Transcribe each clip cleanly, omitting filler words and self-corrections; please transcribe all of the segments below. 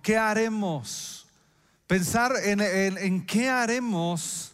¿qué haremos? Pensar en qué haremos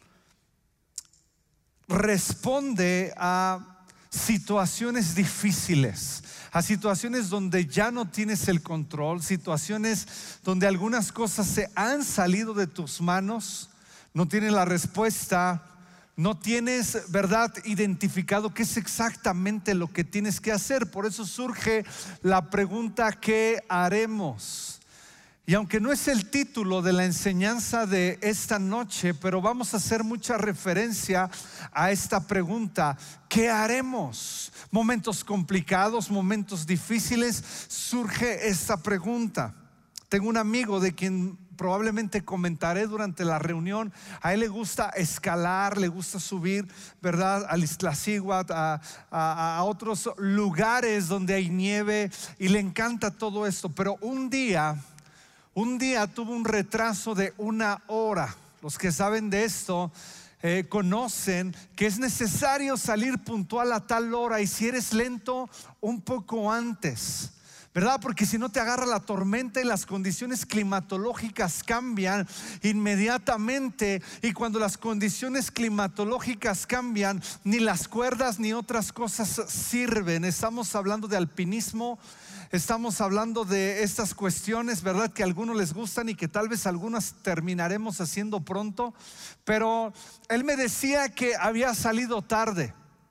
responde a situaciones difíciles, a situaciones donde ya no tienes el control, situaciones donde algunas cosas se han salido de tus manos, no tienes la respuesta, no tienes, ¿verdad?, identificado qué es exactamente lo que tienes que hacer. Por eso surge la pregunta: ¿qué haremos? Y aunque no es el título de la enseñanza de esta noche, pero vamos a hacer mucha referencia a esta pregunta: ¿qué haremos? Momentos complicados, momentos difíciles, surge esta pregunta. Tengo un amigo de quien probablemente comentaré durante la reunión. A él le gusta escalar, le gusta subir, ¿verdad?, al Iztaccíhuatl, a otros lugares donde hay nieve, y le encanta todo esto. Pero un día tuvo un retraso de 1 hora. Los que saben de esto conocen que es necesario salir puntual a tal hora, y si eres lento, un poco antes, ¿verdad? Porque si no te agarra la tormenta y las condiciones climatológicas cambian inmediatamente. Y cuando las condiciones climatológicas cambian, ni las cuerdas ni otras cosas sirven. Estamos hablando de alpinismo, estamos hablando de estas cuestiones, ¿verdad?, que a algunos les gustan y que tal vez algunas terminaremos haciendo pronto. Pero él me decía que había salido tarde,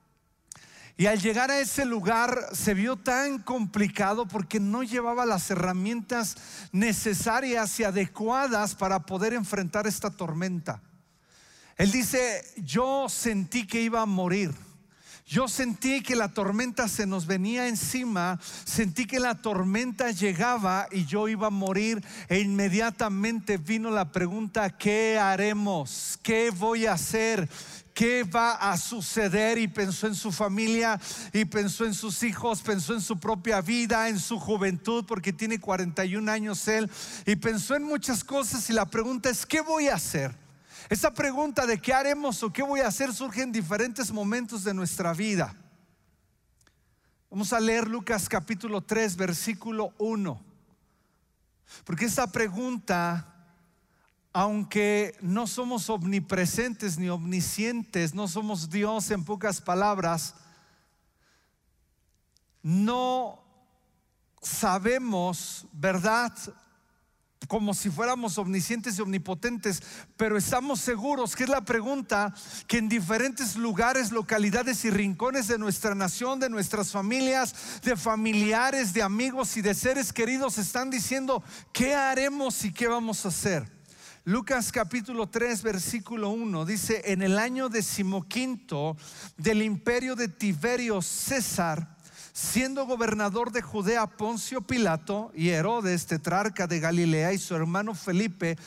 y al llegar a ese lugar se vio tan complicado porque no llevaba las herramientas necesarias y adecuadas para poder enfrentar esta tormenta. Él dice: yo sentí que iba a morir. Yo sentí que la tormenta se nos venía encima, sentí que la tormenta llegaba y yo iba a morir. E inmediatamente vino la pregunta: ¿qué haremos? ¿Qué voy a hacer? ¿Qué va a suceder? Y pensó en su familia, y pensó en sus hijos, pensó en su propia vida, en su juventud, porque tiene 41 años él, y pensó en muchas cosas. Y la pregunta es: ¿qué voy a hacer? Esa pregunta de qué haremos o qué voy a hacer surge en diferentes momentos de nuestra vida. Vamos a leer Lucas capítulo 3 versículo 1, porque esta pregunta, aunque no somos omnipresentes ni omniscientes, no somos Dios en pocas palabras, no sabemos, ¿verdad?, como si fuéramos omniscientes y omnipotentes, pero estamos seguros que es la pregunta que en diferentes lugares, localidades y rincones de nuestra nación, de nuestras familias, de familiares, de amigos y de seres queridos están diciendo: ¿qué haremos y qué vamos a hacer? Lucas capítulo 3 versículo 1 dice: en el año 15 del imperio de Tiberio César, siendo gobernador de Judea Poncio Pilato y Herodes, tetrarca de Galilea, y su hermano Felipe,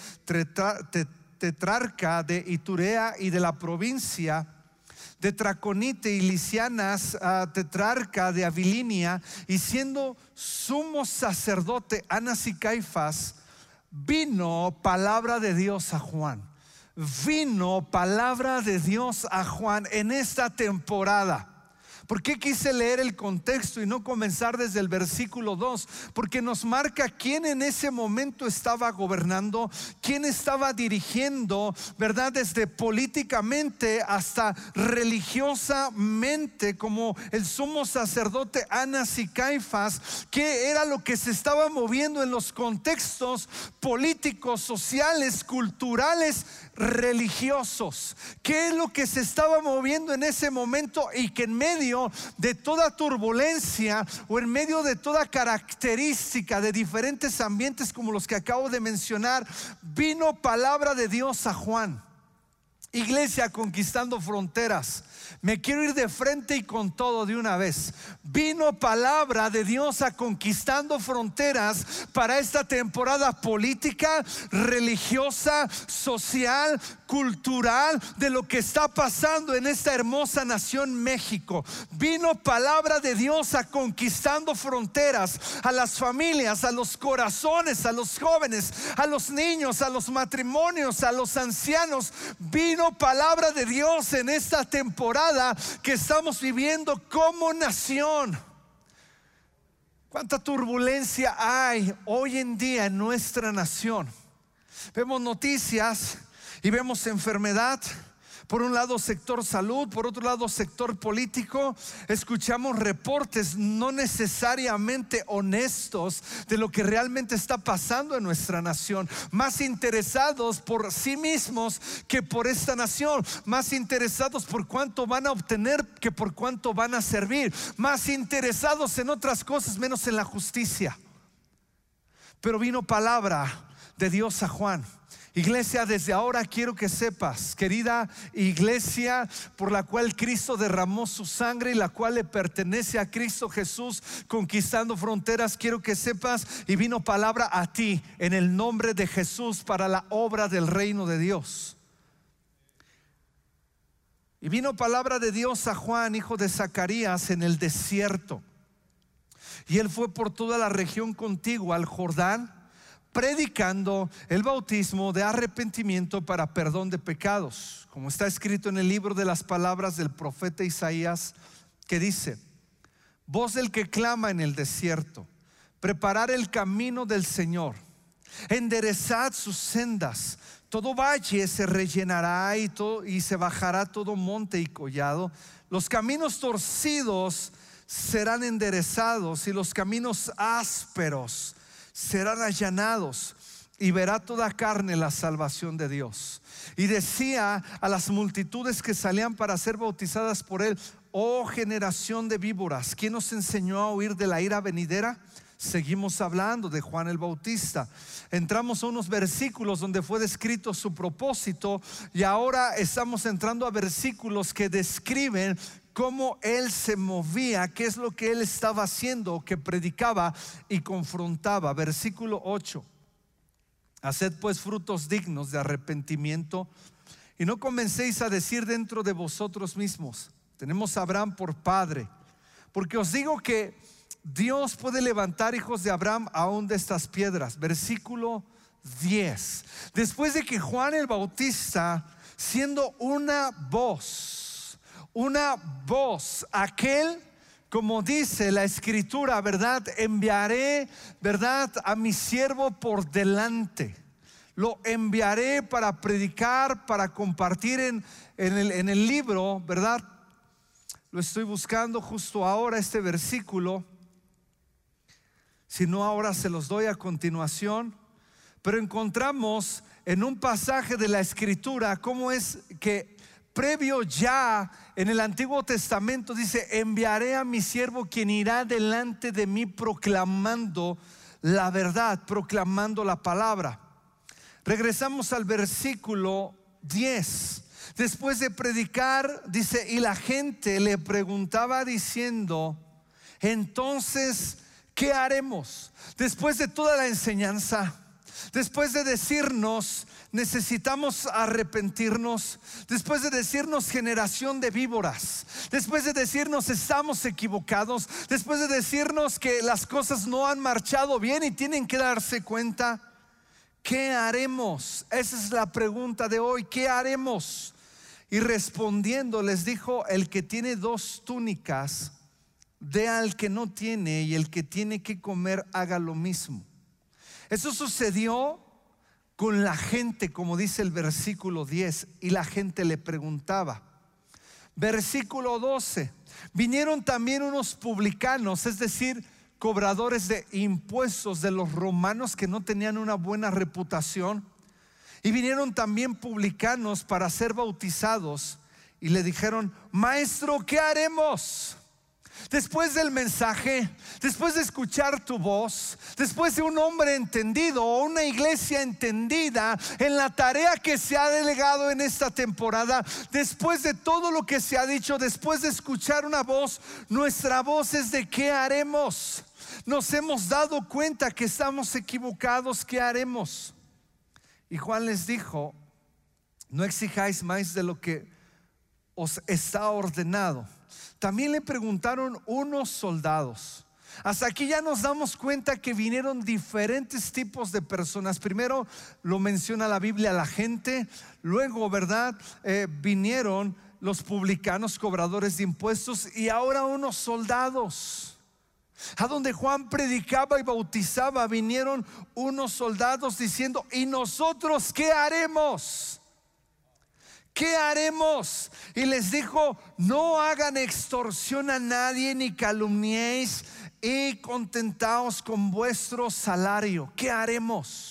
tetrarca de Iturea y de la provincia de Traconite, y Lisianas, tetrarca de Abilinia, y siendo sumo sacerdote Anás y Caifás, vino palabra de Dios a Juan. Vino palabra de Dios a Juan en esta temporada. ¿Por qué quise leer el contexto y no comenzar desde el versículo 2? Porque nos marca quién en ese momento estaba gobernando, quién estaba dirigiendo, ¿verdad?, desde políticamente hasta religiosamente, como el sumo sacerdote Anás y Caifás. ¿Qué era lo que se estaba moviendo en los contextos políticos, sociales, culturales, religiosos? ¿Qué es lo que se estaba moviendo en ese momento y que en medio de toda turbulencia o en medio de toda característica de diferentes ambientes como los que acabo de mencionar, vino palabra de Dios a Juan? Iglesia Conquistando Fronteras, me quiero ir de frente y con todo de una vez. Vino palabra de Dios a Conquistando Fronteras para esta temporada política, religiosa, social, cultural, de lo que está pasando en esta hermosa nación México. Vino palabra de Dios a Conquistando Fronteras, a las familias, a los corazones, a los jóvenes, a los niños, a los matrimonios, a los ancianos. Vino palabra de Dios en esta temporada que estamos viviendo como nación. ¿Cuánta turbulencia hay hoy en día en nuestra nación? Vemos noticias y vemos enfermedad. Por un lado sector salud, por otro lado sector político. Escuchamos reportes no necesariamente honestos de lo que realmente está pasando en nuestra nación. Más interesados por sí mismos que por esta nación. Más interesados por cuánto van a obtener que por cuánto van a servir. Más interesados en otras cosas menos en la justicia. Pero vino palabra de Dios a Juan. Iglesia, desde ahora quiero que sepas, querida iglesia por la cual Cristo derramó su sangre y la cual le pertenece a Cristo Jesús conquistando fronteras, quiero que sepas, y vino palabra a ti en el nombre de Jesús para la obra del reino de Dios. Y vino palabra de Dios a Juan, hijo de Zacarías, en el desierto. Y él fue por toda la región contigua al Jordán, predicando el bautismo de arrepentimiento para perdón de pecados, como está escrito en el libro de las palabras del profeta Isaías, que dice: voz del que clama en el desierto, preparad el camino del Señor, enderezad sus sendas. Todo valle se rellenará y se bajará todo monte y collado. Los caminos torcidos serán enderezados y los caminos ásperos serán allanados, y verá toda carne la salvación de Dios. Y decía a las multitudes que salían para ser bautizadas por él: oh generación de víboras, ¿quién nos enseñó a huir de la ira venidera? Seguimos hablando de Juan el Bautista. Entramos a unos versículos donde fue descrito su propósito, y ahora estamos entrando a versículos que describen cómo él se movía, qué es lo que él estaba haciendo, que predicaba y confrontaba. Versículo 8: haced pues frutos dignos de arrepentimiento, y no comencéis a decir dentro de vosotros mismos: tenemos a Abraham por padre, porque os digo que Dios puede levantar hijos de Abraham aún de estas piedras. Versículo 10: después de que Juan el Bautista, siendo una voz, aquel, como dice la escritura, ¿verdad? Enviaré, ¿verdad?, a mi siervo por delante. Lo enviaré para predicar, para compartir en el libro, ¿verdad? Lo estoy buscando justo ahora, este versículo. Si no, ahora se los doy a continuación. Pero encontramos en un pasaje de la escritura cómo es que previo ya en el Antiguo Testamento dice: enviaré a mi siervo quien irá delante de mí proclamando la verdad, proclamando la palabra. Regresamos al versículo 10. Después de predicar, dice: y la gente le preguntaba diciendo: entonces, ¿qué haremos? Después de toda la enseñanza, después de decirnos: necesitamos arrepentirnos, después de decirnos generación de víboras, después de decirnos estamos equivocados, después de decirnos que las cosas no han marchado bien y tienen que darse cuenta, ¿qué haremos? Esa es la pregunta de hoy. ¿Qué haremos? Y respondiendo les dijo: el que tiene 2 túnicas, dé al que no tiene, y el que tiene que comer haga lo mismo. Eso sucedió con la gente, como dice el versículo 10, y la gente le preguntaba. Versículo 12: vinieron también unos publicanos, es decir, cobradores de impuestos de los romanos que no tenían una buena reputación, y vinieron también publicanos para ser bautizados, y le dijeron: maestro, ¿qué haremos? Después del mensaje, después de escuchar tu voz, después de un hombre entendido o una iglesia entendida en la tarea que se ha delegado en esta temporada, después de todo lo que se ha dicho, después de escuchar una voz, nuestra voz es de ¿qué haremos? Nos hemos dado cuenta que estamos equivocados, ¿qué haremos? Y Juan les dijo: no exijáis más de lo que os está ordenado. También le preguntaron unos soldados. Hasta aquí ya nos damos cuenta que vinieron diferentes tipos de personas. Primero lo menciona la Biblia, la gente. Luego, ¿verdad? Vinieron los publicanos, cobradores de impuestos, y ahora unos soldados. A donde Juan predicaba y bautizaba, vinieron unos soldados diciendo: ¿y nosotros qué haremos? ¿Qué haremos? Y les dijo: no hagan extorsión a nadie, ni calumniéis, y contentaos con vuestro salario. ¿Qué haremos?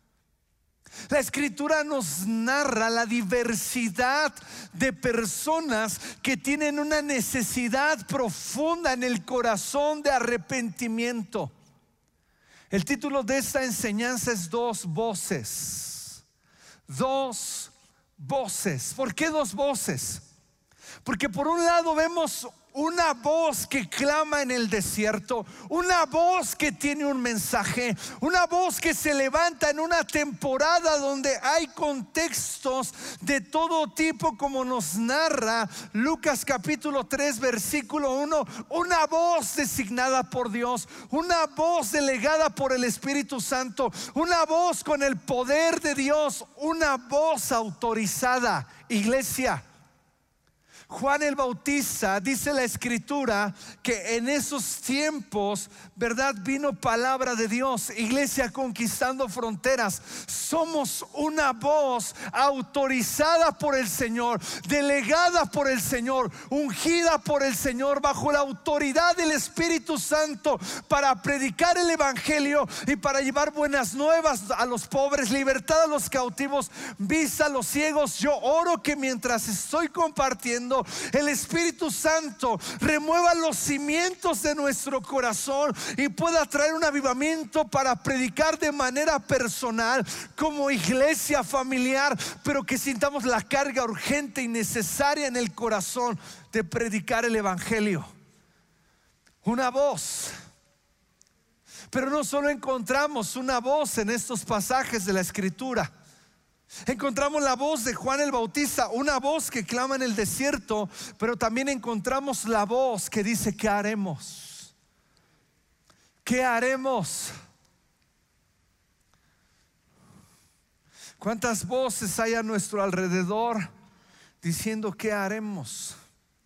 La Escritura nos narra la diversidad de personas que tienen una necesidad profunda en el corazón de arrepentimiento. El título de esta enseñanza es Dos voces. Dos voces. ¿Por qué dos voces? Porque por un lado vemos una voz que clama en el desierto, una voz que tiene un mensaje, una voz que se levanta en una temporada donde hay contextos de todo tipo, como nos narra Lucas capítulo 3 versículo 1. Una voz designada por Dios, una voz delegada por el Espíritu Santo, una voz con el poder de Dios, una voz autorizada. Iglesia, Juan el Bautista, dice la Escritura, que en esos tiempos, ¿verdad?, vino palabra de Dios. Iglesia, conquistando fronteras, somos una voz autorizada por el Señor, delegada por el Señor, ungida por el Señor, bajo la autoridad del Espíritu Santo, para predicar el Evangelio y para llevar buenas nuevas a los pobres, libertad a los cautivos, vista a los ciegos. Yo oro que mientras estoy compartiendo, el Espíritu Santo remueva los cimientos de nuestro corazón y pueda traer un avivamiento para predicar de manera personal, como iglesia familiar, pero que sintamos la carga urgente y necesaria en el corazón de predicar el Evangelio. Una voz. Pero no solo encontramos una voz en estos pasajes de la Escritura. Encontramos la voz de Juan el Bautista, una voz que clama en el desierto, pero también encontramos la voz que dice: ¿qué haremos? ¿Qué haremos? ¿Cuántas voces hay a nuestro alrededor diciendo: ¿qué haremos?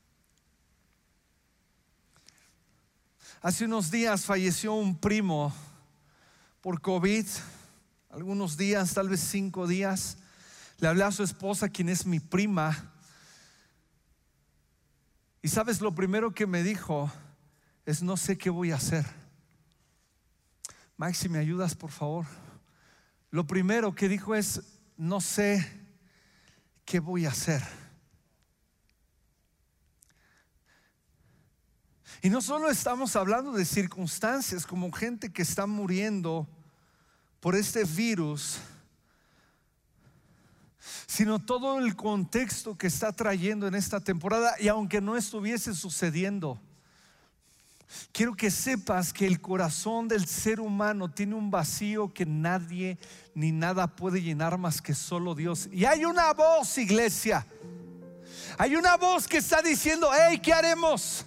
Hace unos días falleció un primo por COVID. Algunos días, tal vez 5 días. Le hablé a su esposa, quien es mi prima, y sabes, lo primero que me dijo es: no sé qué voy a hacer. Maxi, ¿me ayudas, por favor? Lo primero que dijo es: no sé qué voy a hacer. Y no solo estamos hablando de circunstancias, como gente que está muriendo por este virus, sino todo el contexto que está trayendo en esta temporada. Y aunque no estuviese sucediendo, quiero que sepas que el corazón del ser humano tiene un vacío que nadie ni nada puede llenar más que solo Dios. Y hay una voz, iglesia, hay una voz que está diciendo: hey, ¿qué haremos?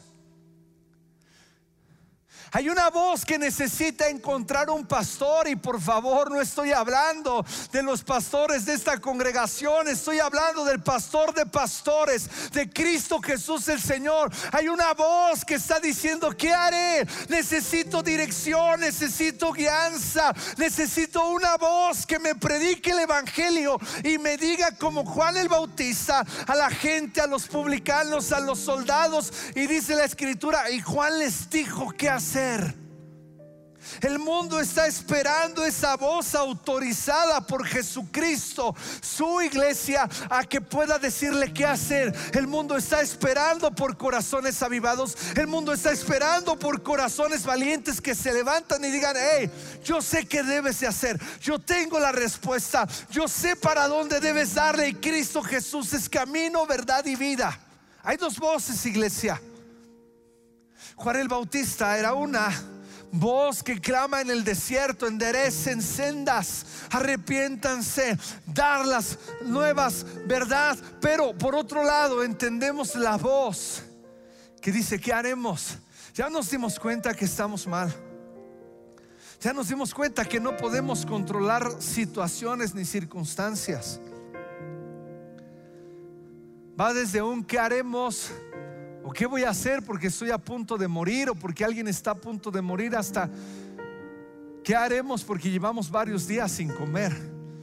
Hay una voz que necesita encontrar un pastor. Y por favor, no estoy hablando de los pastores de esta congregación, estoy hablando del pastor de pastores, de Cristo Jesús el Señor. Hay una voz que está diciendo: ¿qué haré? Necesito dirección, necesito guianza, necesito una voz que me predique el Evangelio y me diga, como Juan el Bautista, a la gente, a los publicanos, a los soldados. Y dice la Escritura: y Juan les dijo qué hacer. El mundo está esperando esa voz autorizada por Jesucristo, su iglesia, a que pueda decirle qué hacer. El mundo está esperando por corazones avivados. El mundo está esperando por corazones valientes que se levantan y digan: hey, yo sé qué debes de hacer, yo tengo la respuesta, yo sé para dónde debes darle, y Cristo Jesús es camino, verdad y vida. Hay dos voces, iglesia. Juan el Bautista era una voz que clama en el desierto: enderecen sendas, arrepiéntanse, dar las nuevas, verdad. Pero por otro lado entendemos la voz que dice: ¿qué haremos? Ya nos dimos cuenta que estamos mal. Ya nos dimos cuenta que no podemos controlar situaciones ni circunstancias. Va desde un ¿qué haremos?, ¿O qué voy a hacer porque estoy a punto de morir? ¿O porque alguien está a punto de morir? Hasta ¿qué haremos porque llevamos varios días sin comer?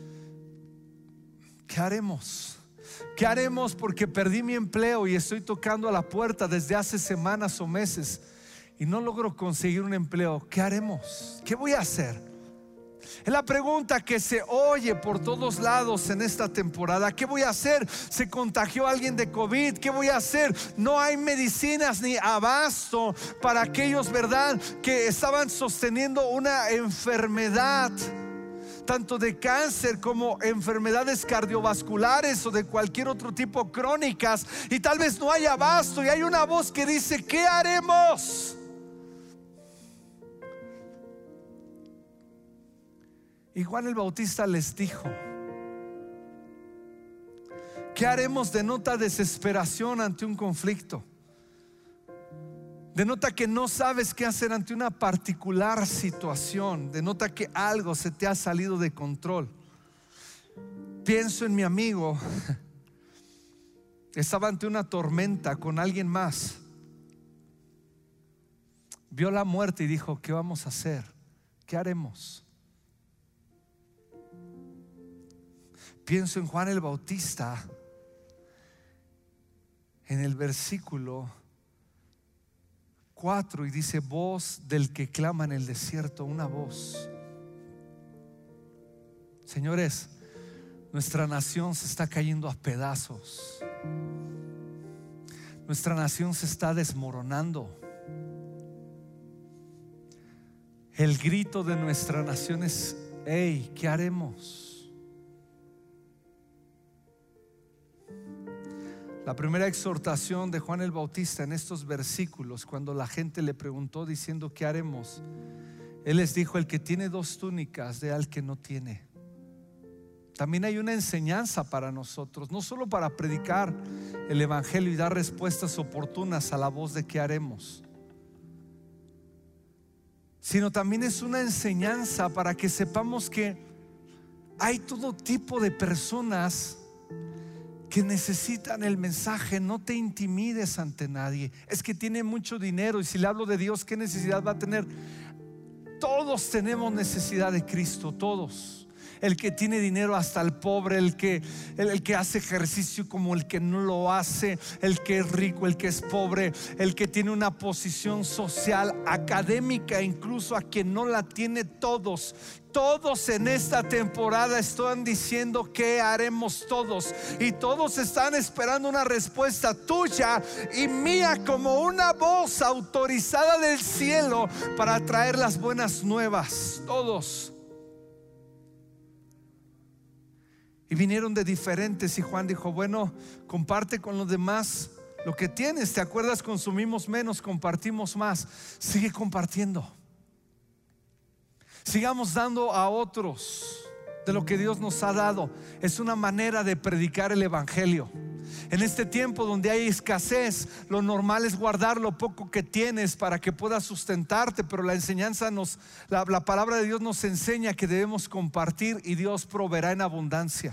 ¿Qué haremos? ¿Qué haremos porque perdí mi empleo y estoy tocando a la puerta desde hace semanas o meses y no logro conseguir un empleo? ¿Qué haremos? ¿Qué voy a hacer? Es la pregunta que se oye por todos lados en esta temporada. ¿Qué voy a hacer? ¿Se contagió alguien de COVID? ¿Qué voy a hacer? No hay medicinas ni abasto para aquellos, ¿verdad?, que estaban sosteniendo una enfermedad, tanto de cáncer como enfermedades cardiovasculares o de cualquier otro tipo crónicas, y tal vez no hay abasto, y hay una voz que dice: ¿qué haremos? Y Juan el Bautista les dijo: ¿qué haremos? Denota desesperación ante un conflicto. Denota que no sabes qué hacer ante una particular situación. Denota que algo se te ha salido de control. Pienso en mi amigo. Estaba ante una tormenta con alguien más. Vio la muerte y dijo: ¿qué vamos a hacer? ¿Qué haremos? Pienso en Juan el Bautista, en el versículo 4, y dice: voz del que clama en el desierto, una voz. Señores, nuestra nación se está cayendo a pedazos. Nuestra nación se está desmoronando. El grito de nuestra nación es: hey, ¿qué haremos? La primera exhortación de Juan el Bautista en estos versículos, cuando la gente le preguntó diciendo: ¿qué haremos?, él les dijo: el que tiene 2 túnicas, dé al que no tiene. También hay una enseñanza para nosotros, no solo para predicar el evangelio y dar respuestas oportunas a la voz de ¿qué haremos?, sino también es una enseñanza para que sepamos que hay todo tipo de personas que necesitan el mensaje. No te intimides ante nadie. Es que tiene mucho dinero, y si le hablo de Dios, ¿qué necesidad va a tener? Todos tenemos necesidad de Cristo, todos. El que tiene dinero, hasta el pobre, el que hace ejercicio como el que no lo hace, el que es rico, el que es pobre, el que tiene una posición social, académica, incluso a quien no la tiene. Todos en esta temporada están diciendo: ¿qué haremos? Todos, y todos están esperando una respuesta tuya y mía, como una voz autorizada del cielo para traer las buenas nuevas. Todos. Y vinieron de diferentes, y Juan dijo: bueno, comparte con los demás lo que tienes. ¿Te acuerdas? Consumimos menos, compartimos más. Sigue compartiendo. Sigamos dando a otros de lo que Dios nos ha dado. Es una manera de predicar el evangelio. En este tiempo donde hay escasez, lo normal es guardar lo poco que tienes para que puedas sustentarte, pero la enseñanza la palabra de Dios nos enseña que debemos compartir, y Dios proveerá en abundancia.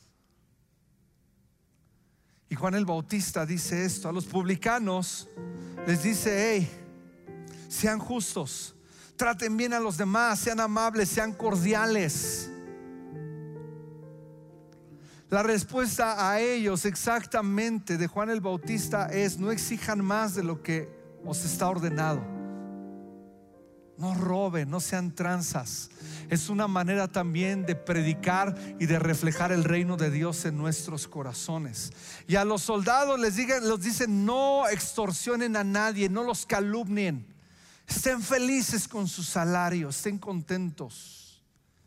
Y Juan el Bautista dice esto a los publicanos: les dice: hey, sean justos, traten bien a los demás, sean amables, sean cordiales. La respuesta a ellos exactamente de Juan el Bautista es: no exijan más de lo que os está ordenado. No roben, no sean tranzas. Es una manera también de predicar y de reflejar el reino de Dios en nuestros corazones. Y a los soldados les dicen: no extorsionen a nadie, no los calumnien. Estén felices con su salario, estén contentos.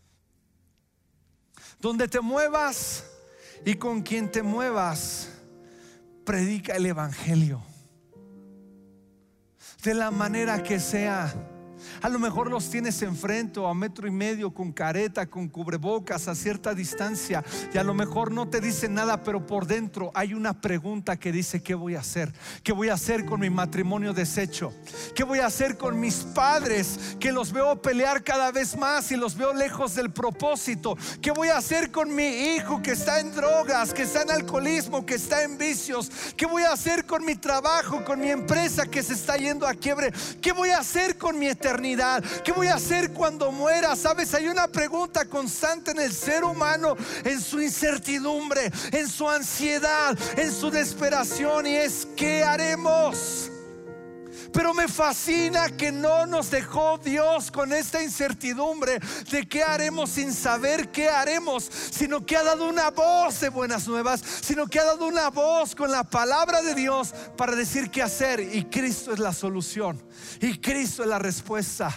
Donde te muevas y con quien te muevas, predica el evangelio de la manera que sea. A lo mejor los tienes enfrente o a 1.5 metros con careta, con cubrebocas, a cierta distancia, y a lo mejor no te dicen nada, pero por dentro hay una pregunta que dice: ¿qué voy a hacer? ¿Qué voy a hacer con mi matrimonio deshecho? ¿Qué voy a hacer con mis padres que los veo pelear cada vez más y los veo lejos del propósito? ¿Qué voy a hacer con mi hijo que está en drogas, que está en alcoholismo, que está en vicios? ¿Qué voy a hacer con mi trabajo, con mi empresa que se está yendo a quiebre? ¿Qué voy a hacer con mi eternidad? ¿Qué voy a hacer cuando muera? Sabes, hay una pregunta constante en el ser humano, en su incertidumbre, en su ansiedad, en su desesperación, y es: ¿qué haremos? Pero me fascina que no nos dejó Dios con esta incertidumbre de qué haremos sin saber qué haremos, sino que ha dado una voz de buenas nuevas, sino que ha dado una voz con la palabra de Dios para decir qué hacer. Y Cristo es la solución, y Cristo es la respuesta.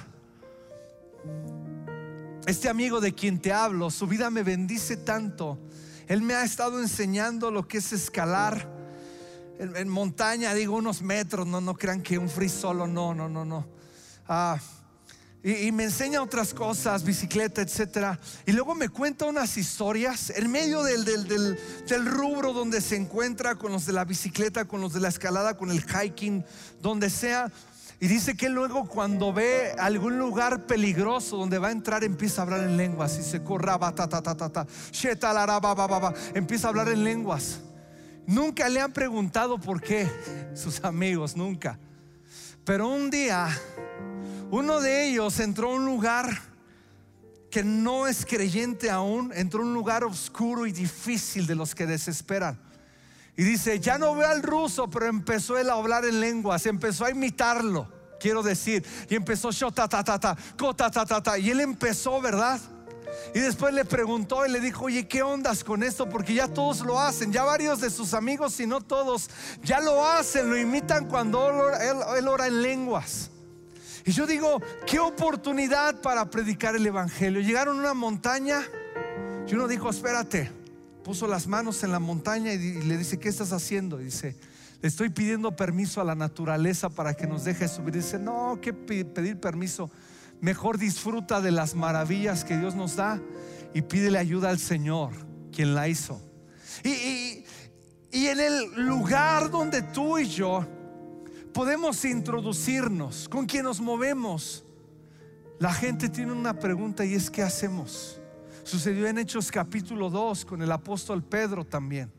Este amigo de quien te hablo, su vida me bendice tanto. Él me ha estado enseñando lo que es escalar en montaña, digo unos metros, no crean que un free solo, no. Y me enseña otras cosas, bicicleta, etcétera. Y luego me cuenta unas historias en medio del rubro donde se encuentra, con los de la bicicleta, con los de la escalada, con el hiking, donde sea. Y dice que luego, cuando ve algún lugar peligroso donde va a entrar, empieza a hablar en lenguas. Y se corraba, empieza a hablar en lenguas. Nunca le han preguntado por qué sus amigos, nunca. Pero un día uno de ellos entró a un lugar que no es creyente aún. Entró a un lugar oscuro y difícil, de los que desesperan. Y dice: ya no veo al ruso, pero empezó él a hablar en lenguas, empezó a imitarlo, quiero decir. Y empezó y él empezó, ¿verdad? Y después le preguntó y le dijo: oye, ¿qué ondas con esto? Porque ya todos lo hacen, ya varios de sus amigos, si no todos, ya lo hacen, lo imitan cuando él ora en lenguas. Y yo digo: qué oportunidad para predicar el evangelio. Llegaron a una montaña y uno dijo: espérate. Puso las manos en la montaña y le dice: ¿qué estás haciendo? Y dice: le estoy pidiendo permiso a la naturaleza para que nos deje subir. Y dice: no, ¿qué pedir permiso? Mejor disfruta de las maravillas que Dios nos da y pídele ayuda al Señor, quien la hizo. Y en el lugar donde tú y yo podemos introducirnos, con quien nos movemos, la gente tiene una pregunta, y es: ¿qué hacemos? Sucedió en Hechos capítulo 2 con el apóstol Pedro también.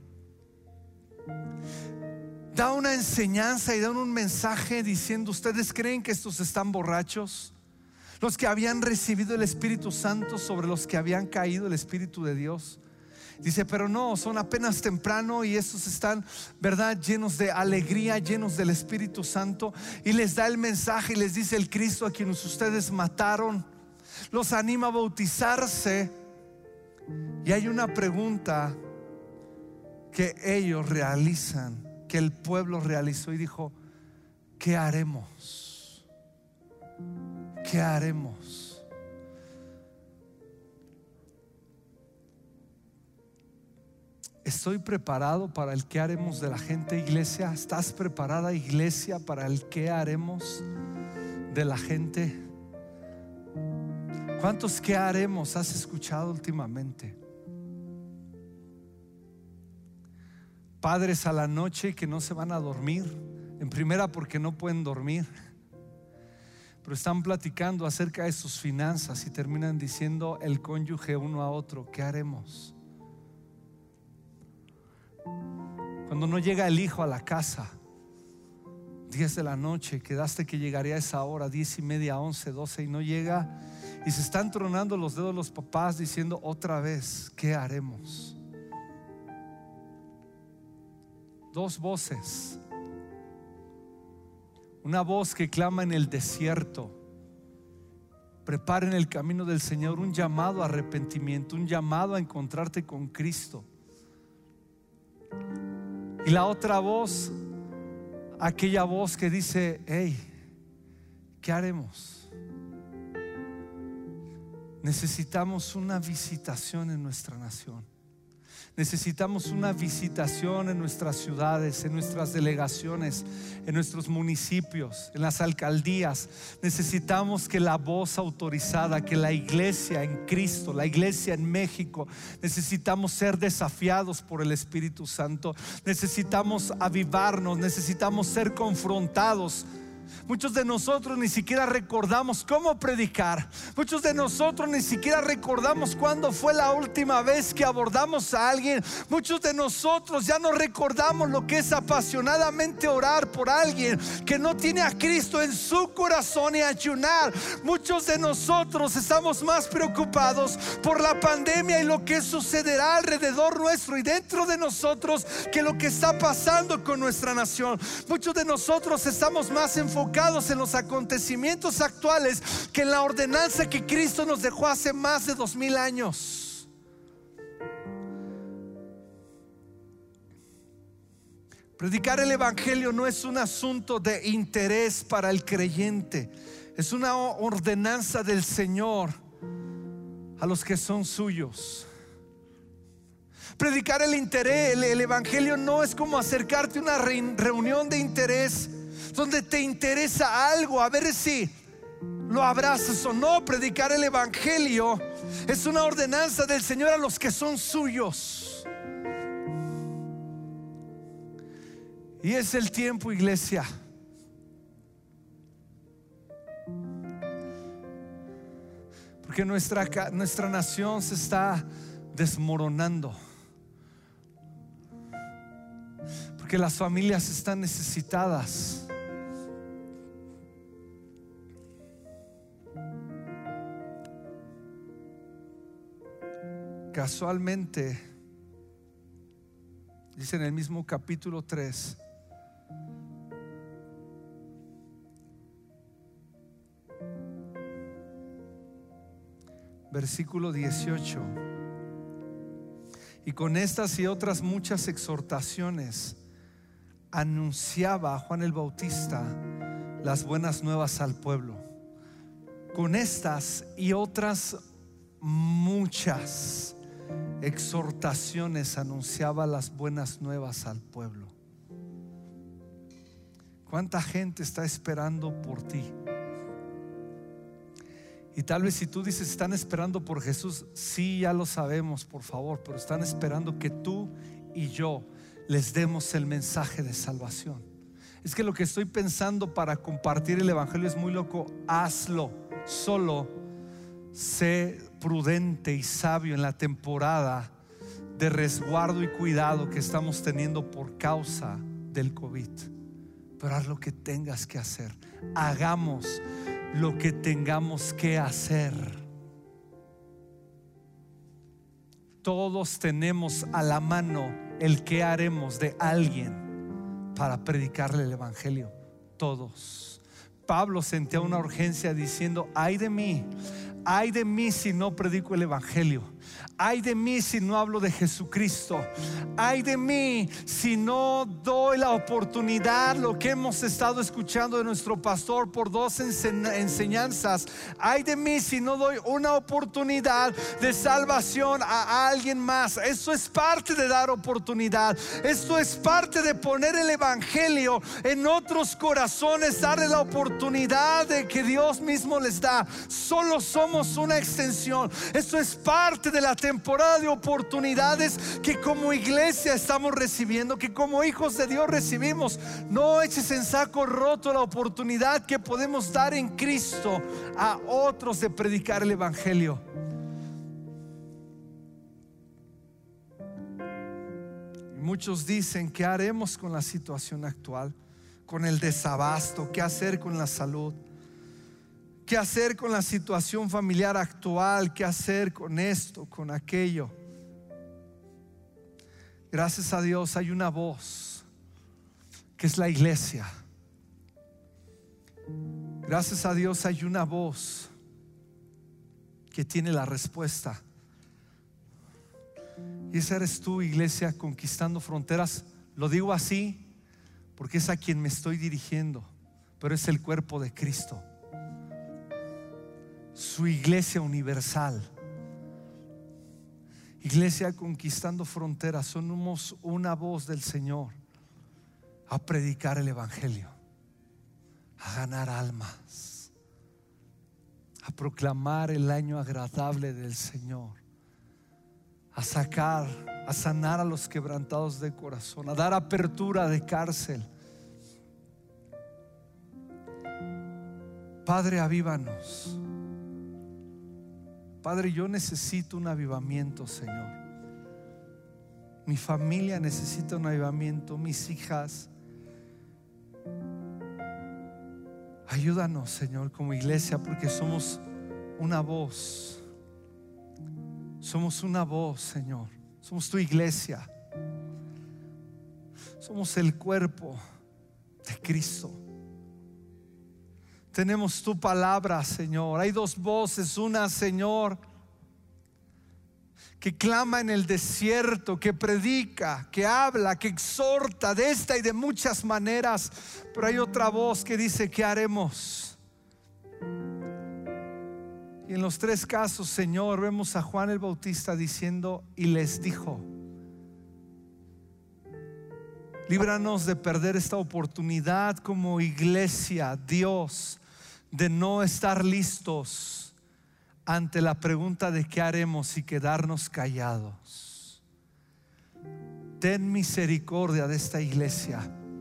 Da una enseñanza y da un mensaje diciendo: ¿ustedes creen que estos están borrachos? Los que habían recibido el Espíritu Santo, sobre los que habían caído el Espíritu de Dios. Dice: pero no, son apenas temprano y estos están, ¿verdad?, llenos de alegría, llenos del Espíritu Santo. Y les da el mensaje y les dice: el Cristo a quien ustedes mataron los anima a bautizarse. Y hay una pregunta que ellos realizan, que el pueblo realizó, y dijo: ¿qué haremos? ¿Qué haremos? ¿Estoy preparado para el qué haremos de la gente, iglesia? ¿Estás preparada, iglesia, para el qué haremos de la gente? ¿Cuántos qué haremos has escuchado últimamente? Padres a la noche que no se van a dormir, en primera porque no pueden dormir, pero están platicando acerca de sus finanzas y terminan diciendo el cónyuge uno a otro: ¿qué haremos? Cuando no llega el hijo a la casa, 10 de la noche, quedaste que llegaría a esa hora, 10:30, 11, 12, y no llega, y se están tronando los dedos los papás diciendo otra vez: ¿qué haremos? Dos voces. Una voz que clama en el desierto: preparen el camino del Señor. Un llamado a arrepentimiento, un llamado a encontrarte con Cristo. Y la otra voz, aquella voz que dice: hey, ¿qué haremos? Necesitamos una visitación en nuestra nación. Necesitamos una visitación en nuestras ciudades, en nuestras delegaciones, en nuestros municipios, en las alcaldías. Necesitamos que la voz autorizada, que la iglesia en Cristo, la iglesia en México, necesitamos ser desafiados por el Espíritu Santo. Necesitamos avivarnos, necesitamos ser confrontados. Muchos de nosotros ni siquiera recordamos cómo predicar. Muchos de nosotros ni siquiera recordamos cuándo fue la última vez que abordamos a alguien. Muchos de nosotros ya no recordamos lo que es apasionadamente orar por alguien que no tiene a Cristo en su corazón y ayunar. Muchos de nosotros estamos más preocupados por la pandemia y lo que sucederá alrededor nuestro y dentro de nosotros que lo que está pasando con nuestra nación. Muchos de nosotros estamos más enfocados en los acontecimientos actuales que en la ordenanza que Cristo nos dejó hace más de 2000 años. Predicar el evangelio no es un asunto de interés para el creyente, es una ordenanza del Señor a los que son suyos. Predicar el evangelio no es como acercarte a una reunión de interés donde te interesa algo, a ver si lo abrazas o no. Predicar el evangelio es una ordenanza del Señor a los que son suyos. Y es el tiempo, iglesia, porque nuestra nación se está desmoronando, porque las familias están necesitadas. Casualmente, dice en el mismo capítulo 3, versículo 18: y con estas y otras muchas exhortaciones anunciaba a Juan el Bautista las buenas nuevas al pueblo. Con estas y otras muchas exhortaciones anunciaba las buenas nuevas al pueblo. ¿Cuánta gente está esperando por ti? Y tal vez si tú dices están esperando por Jesús, sí, ya lo sabemos, por favor, pero están esperando que tú y yo les demos el mensaje de salvación. Es que lo que estoy pensando para compartir el evangelio es muy loco. Hazlo, solo sé prudente y sabio en la temporada de resguardo y cuidado que estamos teniendo por causa del COVID. Pero haz lo que tengas que hacer. Hagamos lo que tengamos que hacer. Todos tenemos a la mano el que haremos de alguien para predicarle el evangelio. Todos. Pablo sentía una urgencia diciendo: ay de mí si no predico el evangelio. Ay de mí si no hablo de Jesucristo. Ay de mí si no doy la oportunidad, lo que hemos estado escuchando de nuestro pastor por 2 enseñanzas. Ay de mí si no doy una oportunidad de salvación a alguien más. Eso es parte de dar oportunidad. Esto es parte de poner el evangelio en otros corazones, darle la oportunidad de que Dios mismo les da. Solo somos una extensión. Esto es parte de la temporada de oportunidades que como iglesia estamos recibiendo, que como hijos de Dios recibimos. No eches en saco roto la oportunidad que podemos dar en Cristo a otros de predicar el evangelio. Muchos dicen: ¿qué haremos con la situación actual? Con el desabasto. ¿Qué hacer con la salud? ¿Qué hacer con la situación familiar actual? ¿Qué hacer con esto, con aquello? Gracias a Dios hay una voz que es la iglesia. Gracias a Dios hay una voz que tiene la respuesta. Y esa eres tú, iglesia, conquistando fronteras. Lo digo así porque es a quien me estoy dirigiendo, pero es el cuerpo de Cristo, su iglesia universal. Iglesia Conquistando Fronteras, somos una voz del Señor a predicar el evangelio, a ganar almas, a proclamar el año agradable del Señor, a sacar, a sanar a los quebrantados de corazón, a dar apertura de cárcel. Padre, avívanos. Padre, yo necesito un avivamiento, Señor. Mi familia necesita un avivamiento, mis hijas. Ayúdanos, Señor, como iglesia, porque somos una voz. Somos una voz, Señor. Somos tu iglesia. Somos el cuerpo de Cristo. Tenemos tu palabra, Señor. Hay dos voces, una, Señor, que clama en el desierto, que predica, que habla, que exhorta de esta y de muchas maneras. Pero hay otra voz que dice: ¿qué haremos? Y en los tres casos, Señor, vemos a Juan el Bautista diciendo: y les dijo. Líbranos de perder esta oportunidad como iglesia, Dios, de no estar listos ante la pregunta de qué haremos y quedarnos callados. Ten misericordia de esta iglesia.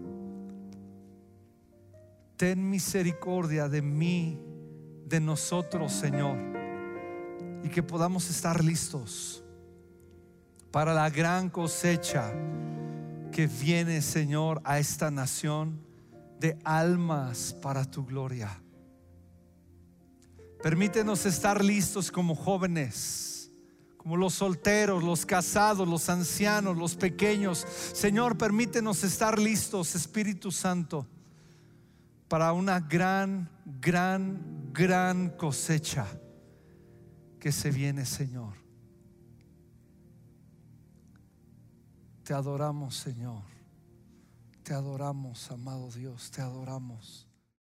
Ten misericordia de mí, de nosotros, Señor, y que podamos estar listos para la gran cosecha que viene, Señor, a esta nación de almas para tu gloria. Permítenos estar listos como jóvenes, como los solteros, los casados, los ancianos, los pequeños. Señor, permítenos estar listos, Espíritu Santo, para una gran cosecha que se viene, Señor. Te adoramos, Señor. Te adoramos, amado Dios, te adoramos.